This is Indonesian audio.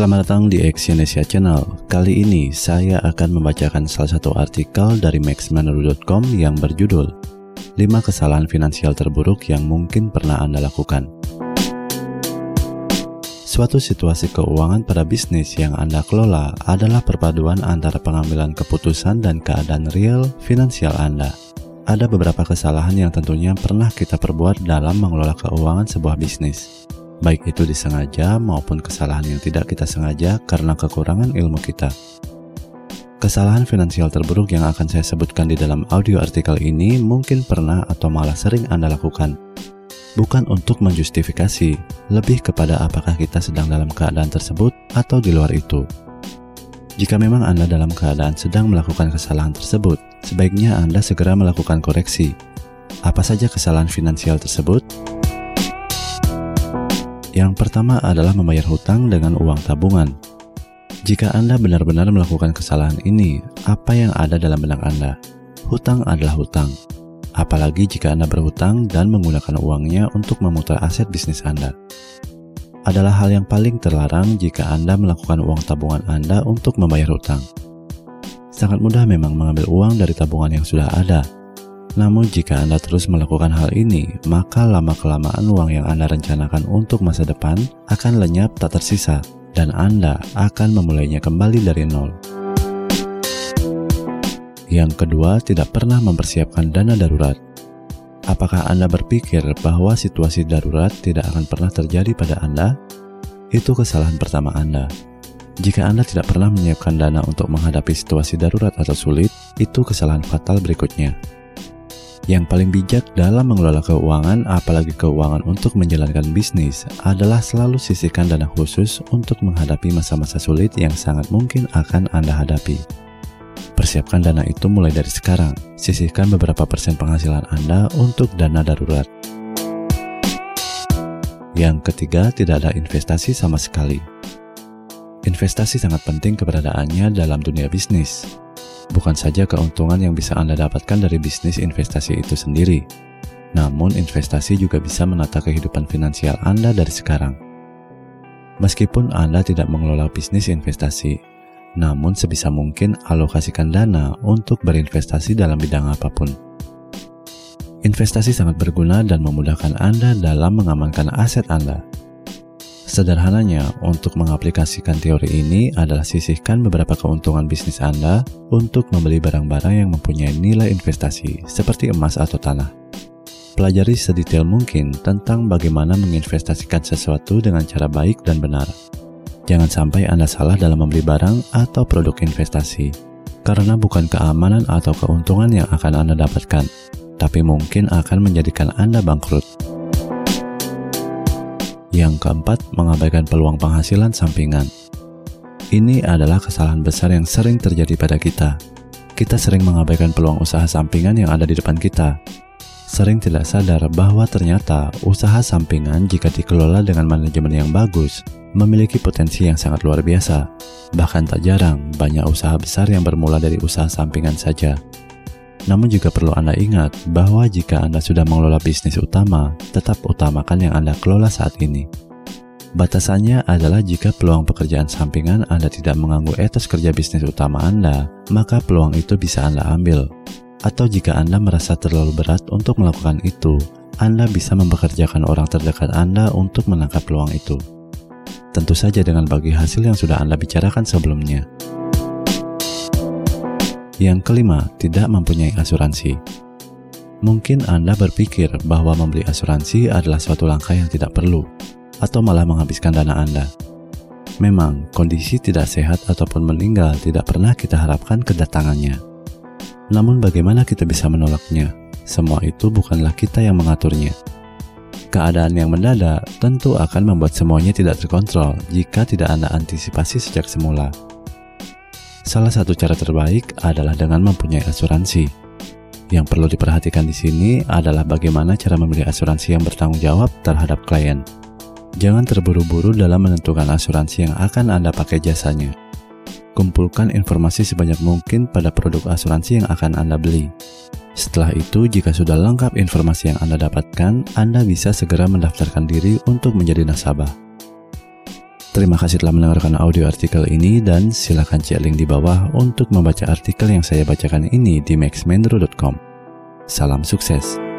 Selamat datang di Exyonesia Channel. Kali ini saya akan membacakan salah satu artikel dari maxmanuru.com yang berjudul 5 kesalahan finansial terburuk yang mungkin pernah Anda lakukan. Suatu situasi keuangan pada bisnis yang Anda kelola adalah perpaduan antara pengambilan keputusan dan keadaan real finansial Anda. Ada beberapa kesalahan yang tentunya pernah kita perbuat dalam mengelola keuangan sebuah bisnis. Baik itu disengaja maupun kesalahan yang tidak kita sengaja karena kekurangan ilmu kita. Kesalahan finansial terburuk yang akan saya sebutkan di dalam audio artikel ini mungkin pernah atau malah sering Anda lakukan. Bukan untuk menjustifikasi, lebih kepada apakah kita sedang dalam keadaan tersebut atau di luar itu. Jika memang Anda dalam keadaan sedang melakukan kesalahan tersebut, sebaiknya Anda segera melakukan koreksi. Apa saja kesalahan finansial tersebut? Yang pertama adalah membayar hutang dengan uang tabungan. Jika Anda benar-benar melakukan kesalahan ini, apa yang ada dalam benak Anda? Hutang adalah hutang. Apalagi jika Anda berhutang dan menggunakan uangnya untuk memutar aset bisnis Anda. Adalah hal yang paling terlarang jika Anda melakukan uang tabungan Anda untuk membayar hutang. Sangat mudah memang mengambil uang dari tabungan yang sudah ada. Namun jika Anda terus melakukan hal ini, maka lama-kelamaan uang yang Anda rencanakan untuk masa depan akan lenyap tak tersisa, dan Anda akan memulainya kembali dari nol. Yang kedua, tidak pernah mempersiapkan dana darurat. Apakah Anda berpikir bahwa situasi darurat tidak akan pernah terjadi pada Anda? Itu kesalahan pertama Anda. Jika Anda tidak pernah menyiapkan dana untuk menghadapi situasi darurat atau sulit, itu kesalahan fatal berikutnya. Yang paling bijak dalam mengelola keuangan, apalagi keuangan untuk menjalankan bisnis, adalah selalu sisihkan dana khusus untuk menghadapi masa-masa sulit yang sangat mungkin akan Anda hadapi. Persiapkan dana itu mulai dari sekarang. Sisihkan beberapa persen penghasilan Anda untuk dana darurat. Yang ketiga, tidak ada investasi sama sekali. Investasi sangat penting keberadaannya dalam dunia bisnis. Bukan saja keuntungan yang bisa Anda dapatkan dari bisnis investasi itu sendiri, namun investasi juga bisa menata kehidupan finansial Anda dari sekarang. Meskipun Anda tidak mengelola bisnis investasi, namun sebisa mungkin alokasikan dana untuk berinvestasi dalam bidang apapun. Investasi sangat berguna dan memudahkan Anda dalam mengamankan aset Anda. Sederhananya, untuk mengaplikasikan teori ini adalah sisihkan beberapa keuntungan bisnis Anda untuk membeli barang-barang yang mempunyai nilai investasi, seperti emas atau tanah. Pelajari sedetail mungkin tentang bagaimana menginvestasikan sesuatu dengan cara baik dan benar. Jangan sampai Anda salah dalam membeli barang atau produk investasi, karena bukan keamanan atau keuntungan yang akan Anda dapatkan, tapi mungkin akan menjadikan Anda bangkrut. Yang keempat, mengabaikan peluang penghasilan sampingan. Ini adalah kesalahan besar yang sering terjadi pada kita. Kita sering mengabaikan peluang usaha sampingan yang ada di depan kita. Sering tidak sadar bahwa ternyata usaha sampingan jika dikelola dengan manajemen yang bagus, memiliki potensi yang sangat luar biasa. Bahkan tak jarang, banyak usaha besar yang bermula dari usaha sampingan saja. Namun juga perlu Anda ingat bahwa jika Anda sudah mengelola bisnis utama, tetap utamakan yang Anda kelola saat ini. Batasannya adalah jika peluang pekerjaan sampingan Anda tidak mengganggu etos kerja bisnis utama Anda, maka peluang itu bisa Anda ambil. Atau jika Anda merasa terlalu berat untuk melakukan itu, Anda bisa mempekerjakan orang terdekat Anda untuk menangkap peluang itu. Tentu saja dengan bagi hasil yang sudah Anda bicarakan sebelumnya. Yang kelima, tidak mempunyai asuransi. Mungkin Anda berpikir bahwa membeli asuransi adalah suatu langkah yang tidak perlu, atau malah menghabiskan dana Anda. Memang, kondisi tidak sehat ataupun meninggal tidak pernah kita harapkan kedatangannya. Namun bagaimana kita bisa menolaknya? Semua itu bukanlah kita yang mengaturnya. Keadaan yang mendadak tentu akan membuat semuanya tidak terkontrol jika tidak Anda antisipasi sejak semula. Salah satu cara terbaik adalah dengan mempunyai asuransi. Yang perlu diperhatikan di sini adalah bagaimana cara memilih asuransi yang bertanggung jawab terhadap klien. Jangan terburu-buru dalam menentukan asuransi yang akan Anda pakai jasanya. Kumpulkan informasi sebanyak mungkin pada produk asuransi yang akan Anda beli. Setelah itu, jika sudah lengkap informasi yang Anda dapatkan, Anda bisa segera mendaftarkan diri untuk menjadi nasabah. Terima kasih telah mendengarkan audio artikel ini dan silakan cek link di bawah untuk membaca artikel yang saya bacakan ini di maxmendro.com. Salam sukses.